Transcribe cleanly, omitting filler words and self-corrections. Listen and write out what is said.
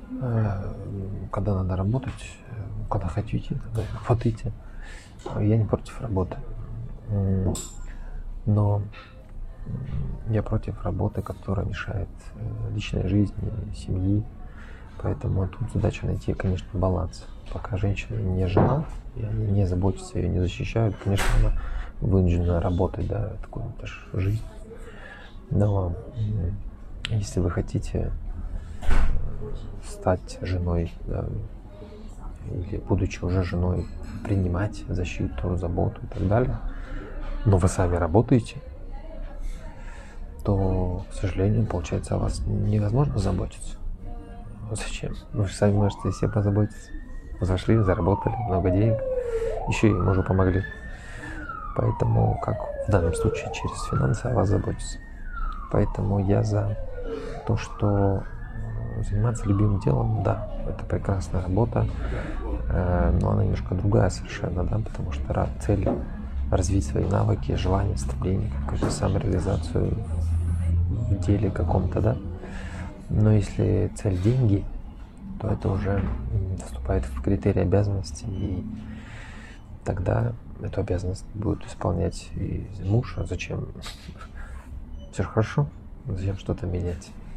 Когда надо работать, когда хотите, тогда работайте. Я не против работы. Но я против работы, которая мешает личной жизни, семьи. Поэтому тут задача найти, конечно, баланс. Пока женщина не жена, и они не заботятся, ее не защищают, конечно, она вынуждена работать, да, такую даже жизнь. Но если вы хотите стать женой, да, или будучи уже женой, принимать защиту, заботу и так далее, но вы сами работаете, то, к сожалению, получается, о вас невозможно заботиться. Зачем? Вы же сами можете о себе позаботиться. Вы зашли, заработали много денег, еще и мужу помогли. Поэтому, как в данном случае, через финансы о вас заботиться. Поэтому я за то, что заниматься любимым делом, да, это прекрасная работа, но она немножко другая совершенно, да, потому что цель развить свои навыки, желание, стремление, какую-то самореализацию в деле каком-то, да. Но если цель деньги, то это уже вступает в критерий обязанности, и тогда эту обязанность будет исполнять и муж. А зачем? Все же хорошо, зачем что-то менять?